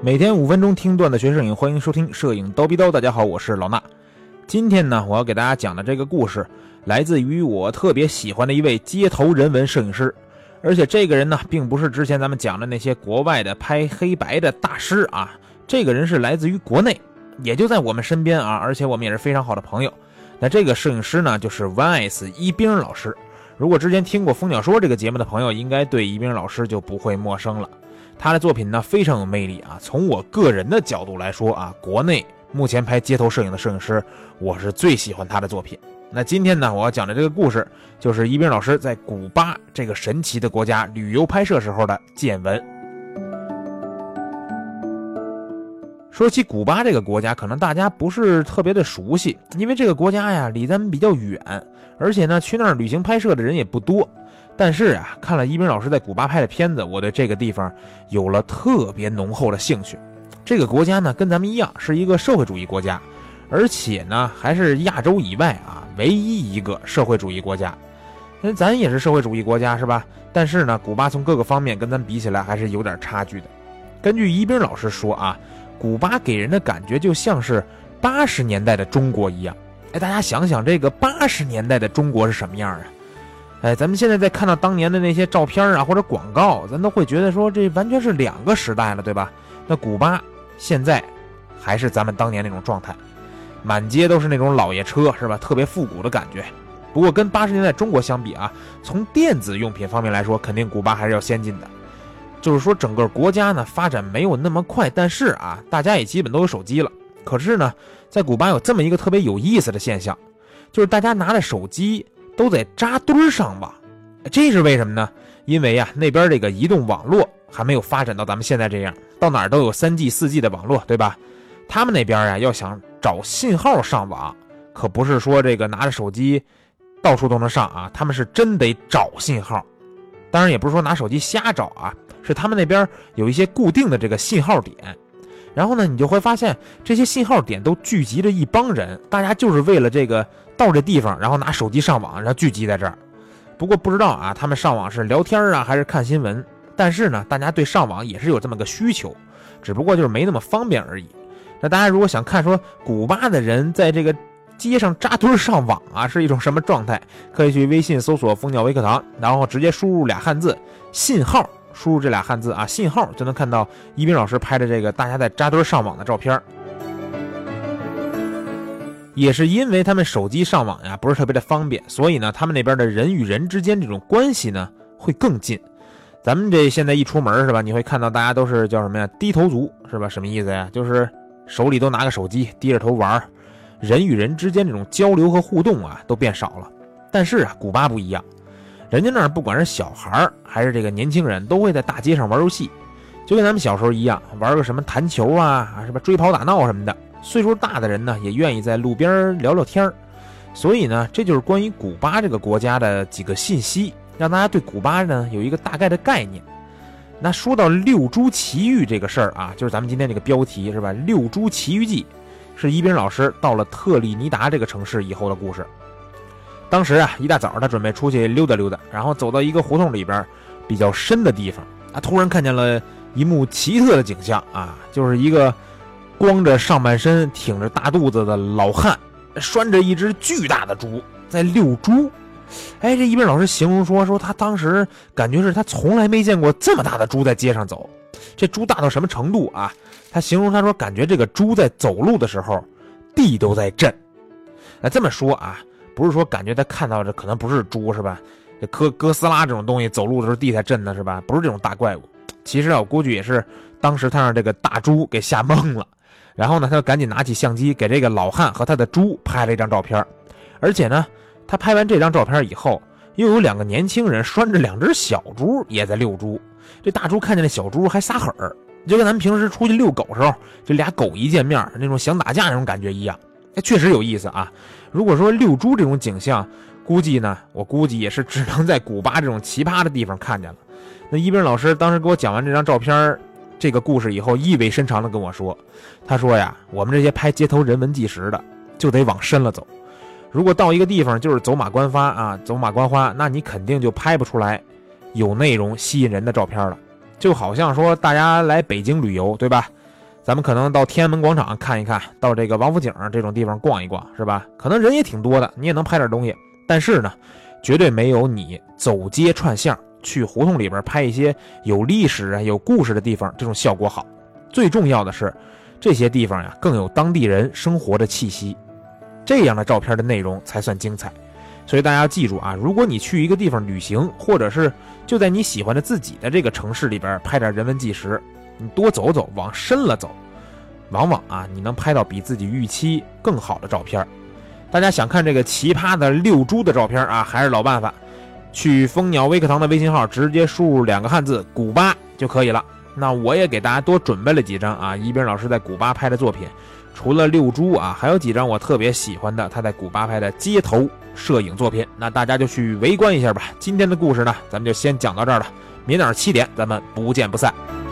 每天5分钟听段子学摄影，欢迎收听摄影刀逼刀。大家好，我是老衲。今天呢，我要给大家讲的这个故事来自于我特别喜欢的一位街头人文摄影师，而且这个人呢，并不是之前咱们讲的那些国外的拍黑白的大师啊，这个人是来自于国内，也就在我们身边啊，而且我们也是非常好的朋友。那这个摄影师呢，就是 ONE-S 一冰老师。如果之前听过蜂鸟说这个节目的朋友，应该对一冰老师就不会陌生了。他的作品呢非常有魅力啊，从我个人的角度来说啊，国内目前拍街头摄影的摄影师，我是最喜欢他的作品。那今天呢，我要讲的这个故事，就是一冰老师在古巴这个神奇的国家旅游拍摄时候的见闻。说起古巴这个国家，可能大家不是特别的熟悉，因为这个国家呀离咱们比较远，而且呢去那儿旅行拍摄的人也不多。但是啊，看了一冰老师在古巴拍的片子，我对这个地方有了特别浓厚的兴趣。这个国家呢跟咱们一样是一个社会主义国家，而且呢还是亚洲以外啊唯一一个社会主义国家。咱也是社会主义国家是吧？但是呢古巴从各个方面跟咱比起来还是有点差距的。根据一冰老师说啊，古巴给人的感觉就像是80年代的中国一样。大家想想这个80年代的中国是什么样啊？咱们现在在看到当年的那些照片啊或者广告，咱都会觉得说这完全是两个时代了，对吧？那古巴现在还是咱们当年那种状态，满街都是那种老爷车是吧？特别复古的感觉。不过跟80年代中国相比啊，从电子用品方面来说，肯定古巴还是要先进的。就是说整个国家呢发展没有那么快，但是啊大家也基本都有手机了。可是呢在古巴有这么一个特别有意思的现象，就是大家拿着手机都在扎堆上网。这是为什么呢？因为啊那边这个移动网络还没有发展到咱们现在这样，到哪儿都有3G 4G 的网络，对吧？他们那边啊要想找信号上网，可不是说这个拿着手机到处都能上啊，他们是真得找信号。当然也不是说拿手机瞎找啊，是他们那边有一些固定的这个信号点，然后呢你就会发现这些信号点都聚集着一帮人，大家就是为了这个到这地方，然后拿手机上网，然后聚集在这儿。不过不知道啊他们上网是聊天啊还是看新闻，但是呢大家对上网也是有这么个需求，只不过就是没那么方便而已。那大家如果想看说古巴的人在这个街上扎堆上网啊是一种什么状态，可以去微信搜索蜂鸟微课堂，然后直接输入俩汉字信号，输入这俩汉字啊信号，就能看到一冰老师拍的这个大家在扎堆上网的照片。也是因为他们手机上网呀不是特别的方便，所以呢他们那边的人与人之间这种关系呢会更近。咱们这现在一出门是吧，你会看到大家都是叫什么呀，低头族是吧？什么意思呀？就是手里都拿个手机低着头玩，人与人之间这种交流和互动啊都变少了。但是啊古巴不一样，人家那儿不管是小孩还是这个年轻人，都会在大街上玩游戏，就跟咱们小时候一样，玩个什么弹球啊，是吧，追跑打闹什么的。岁数大的人呢也愿意在路边聊聊天，所以呢这就是关于古巴这个国家的几个信息，让大家对古巴呢有一个大概的概念。那说到六株奇遇这个事儿啊，就是咱们今天这个标题是吧，六株奇遇记，是一冰老师到了特立尼达这个城市以后的故事。当时啊一大早他准备出去溜达溜达，然后走到一个胡同里边比较深的地方啊，突然看见了一幕奇特的景象啊，就是一个光着上半身挺着大肚子的老汉拴着一只巨大的猪在遛猪。这一冰老师形容说他当时感觉是他从来没见过这么大的猪在街上走。这猪大到什么程度啊？他形容他说感觉这个猪在走路的时候地都在震。这么说啊，不是说感觉他看到这可能不是猪是吧，这哥斯拉这种东西走路的时候地才震呢是吧，不是这种大怪物。其实啊我估计也是当时他让这个大猪给吓懵了，然后呢他就赶紧拿起相机给这个老汉和他的猪拍了一张照片。而且呢他拍完这张照片以后，又有2个年轻人拴着2只小猪也在遛猪。这大猪看见那小猪还撒狠儿，就跟咱们平时出去遛狗时候这俩狗一见面那种想打架那种感觉一样。确实有意思啊。如果说遛猪这种景象，我估计也是只能在古巴这种奇葩的地方看见了。那一冰老师当时给我讲完这张照片这个故事以后，意味深长的跟我说，他说呀我们这些拍街头人文纪实的就得往深了走，如果到一个地方就是走马观花，那你肯定就拍不出来有内容吸引人的照片了。就好像说大家来北京旅游对吧， 咱们可能到天安门广场看一看，到这个王府井这种地方逛一逛，是吧？可能人也挺多的，你也能拍点东西。但是呢，绝对没有你走街串巷去胡同里边拍一些有历史啊、有故事的地方这种效果好。最重要的是，这些地方呀更有当地人生活的气息，这样的照片的内容才算精彩。所以大家要记住啊，如果你去一个地方旅行，或者是就在你喜欢的自己的这个城市里边拍点人文纪实，你多走走，往深了走，往往啊你能拍到比自己预期更好的照片。大家想看这个奇葩的遛猪的照片啊，还是老办法，去蜂鸟微课堂的微信号直接输入2个汉字古巴就可以了。那我也给大家多准备了几张啊，一斌老师在古巴拍的作品，除了遛猪啊，还有几张我特别喜欢的他在古巴拍的街头摄影作品，那大家就去围观一下吧。今天的故事呢，咱们就先讲到这儿了，明早7点咱们不见不散。